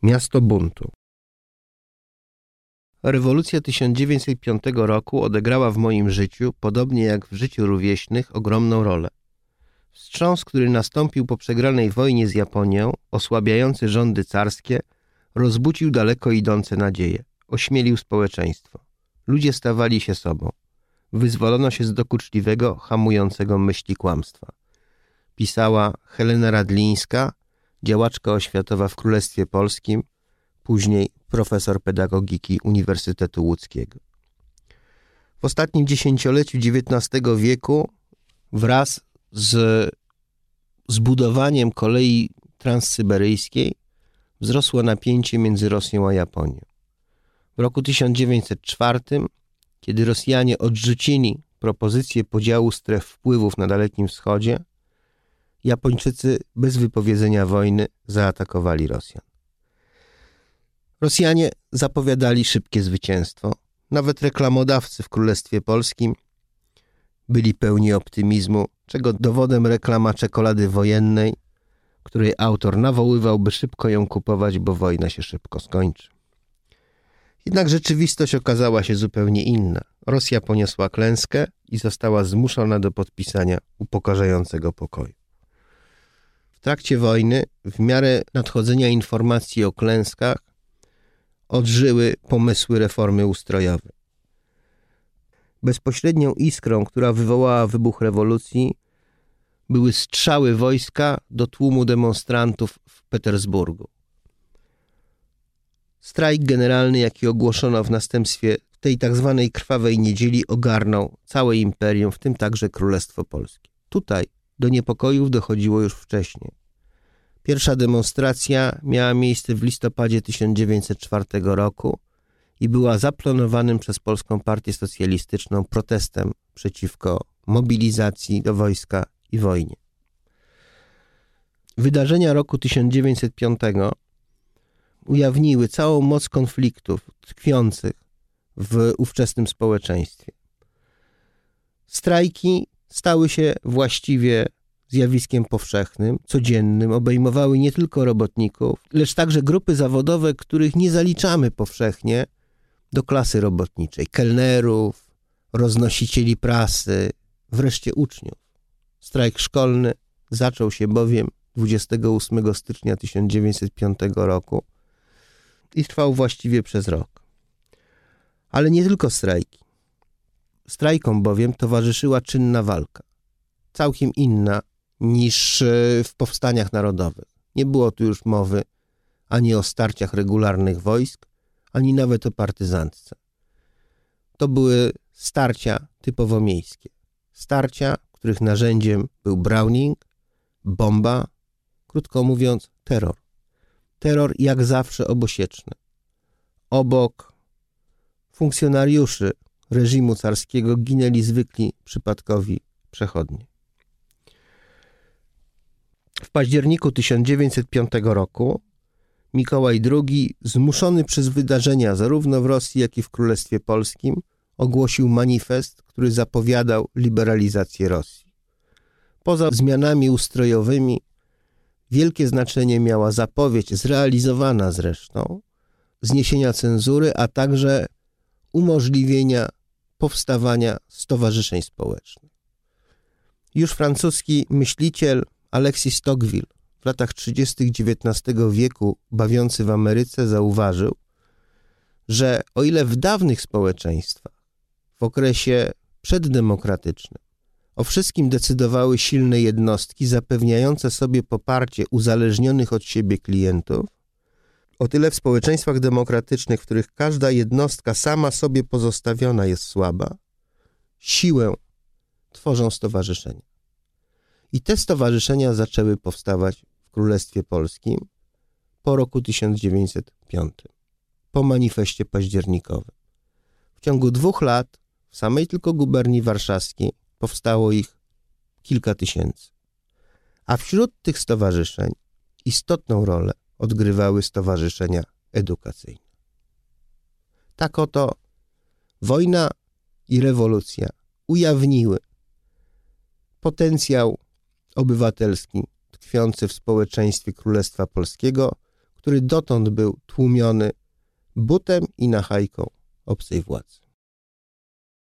Miasto buntu. Rewolucja 1905 roku odegrała w moim życiu, podobnie jak w życiu rówieśnych, ogromną rolę. Wstrząs, który nastąpił po przegranej wojnie z Japonią, osłabiający rządy carskie, rozbudził daleko idące nadzieje, ośmielił społeczeństwo. Ludzie stawali się sobą. Wyzwolono się z dokuczliwego, hamującego myśli kłamstwa. Pisała Helena Radlińska, działaczka oświatowa w Królestwie Polskim, później profesor pedagogiki Uniwersytetu Łódzkiego. W ostatnim dziesięcioleciu XIX wieku wraz z zbudowaniem kolei transsyberyjskiej wzrosło napięcie między Rosją a Japonią. W roku 1904, kiedy Rosjanie odrzucili propozycję podziału stref wpływów na Dalekim Wschodzie, Japończycy bez wypowiedzenia wojny zaatakowali Rosjan. Rosjanie zapowiadali szybkie zwycięstwo. Nawet reklamodawcy w Królestwie Polskim byli pełni optymizmu, czego dowodem reklama czekolady wojennej, której autor nawoływał, by szybko ją kupować, bo wojna się szybko skończy. Jednak rzeczywistość okazała się zupełnie inna. Rosja poniosła klęskę i została zmuszona do podpisania upokarzającego pokoju. W trakcie wojny, w miarę nadchodzenia informacji o klęskach, odżyły pomysły reformy ustrojowej. Bezpośrednią iskrą, która wywołała wybuch rewolucji, były strzały wojska do tłumu demonstrantów w Petersburgu. Strajk generalny, jaki ogłoszono w następstwie tej tak zwanej krwawej niedzieli, ogarnął całe imperium, w tym także Królestwo Polskie. Tutaj do niepokojów dochodziło już wcześniej. Pierwsza demonstracja miała miejsce w listopadzie 1904 roku i była zaplanowanym przez Polską Partię Socjalistyczną protestem przeciwko mobilizacji do wojska i wojnie. Wydarzenia roku 1905 ujawniły całą moc konfliktów tkwiących w ówczesnym społeczeństwie. Strajki stały się właściwie zjawiskiem powszechnym, codziennym, obejmowały nie tylko robotników, lecz także grupy zawodowe, których nie zaliczamy powszechnie do klasy robotniczej. Kelnerów, roznosicieli prasy, wreszcie uczniów. Strajk szkolny zaczął się bowiem 28 stycznia 1905 roku i trwał właściwie przez rok. Ale nie tylko strajki. Strajkom bowiem towarzyszyła czynna walka. Całkiem inna niż w powstaniach narodowych. Nie było tu już mowy ani o starciach regularnych wojsk, ani nawet o partyzantce. To były starcia typowo miejskie. Starcia, których narzędziem był Browning, bomba, krótko mówiąc terror. Terror jak zawsze obosieczny. Obok funkcjonariuszy reżimu carskiego ginęli zwykli przypadkowi przechodnie. W październiku 1905 roku Mikołaj II, zmuszony przez wydarzenia zarówno w Rosji, jak i w Królestwie Polskim, ogłosił manifest, który zapowiadał liberalizację Rosji. Poza zmianami ustrojowymi wielkie znaczenie miała zapowiedź, zrealizowana zresztą, zniesienia cenzury, a także umożliwienia powstawania stowarzyszeń społecznych. Już francuski myśliciel Alexis Tocqueville w latach 30. XIX wieku, bawiący w Ameryce, zauważył, że o ile w dawnych społeczeństwach, w okresie przeddemokratycznym, o wszystkim decydowały silne jednostki zapewniające sobie poparcie uzależnionych od siebie klientów, o tyle w społeczeństwach demokratycznych, w których każda jednostka sama sobie pozostawiona jest słaba, siłę tworzą stowarzyszenia. I te stowarzyszenia zaczęły powstawać w Królestwie Polskim po roku 1905, po manifestie październikowym. W ciągu 2 lat w samej tylko guberni warszawskiej powstało ich kilka tysięcy. A wśród tych stowarzyszeń istotną rolę odgrywały stowarzyszenia edukacyjne. Tak oto wojna i rewolucja ujawniły potencjał obywatelski tkwiący w społeczeństwie Królestwa Polskiego, który dotąd był tłumiony butem i nachajką obcej władzy.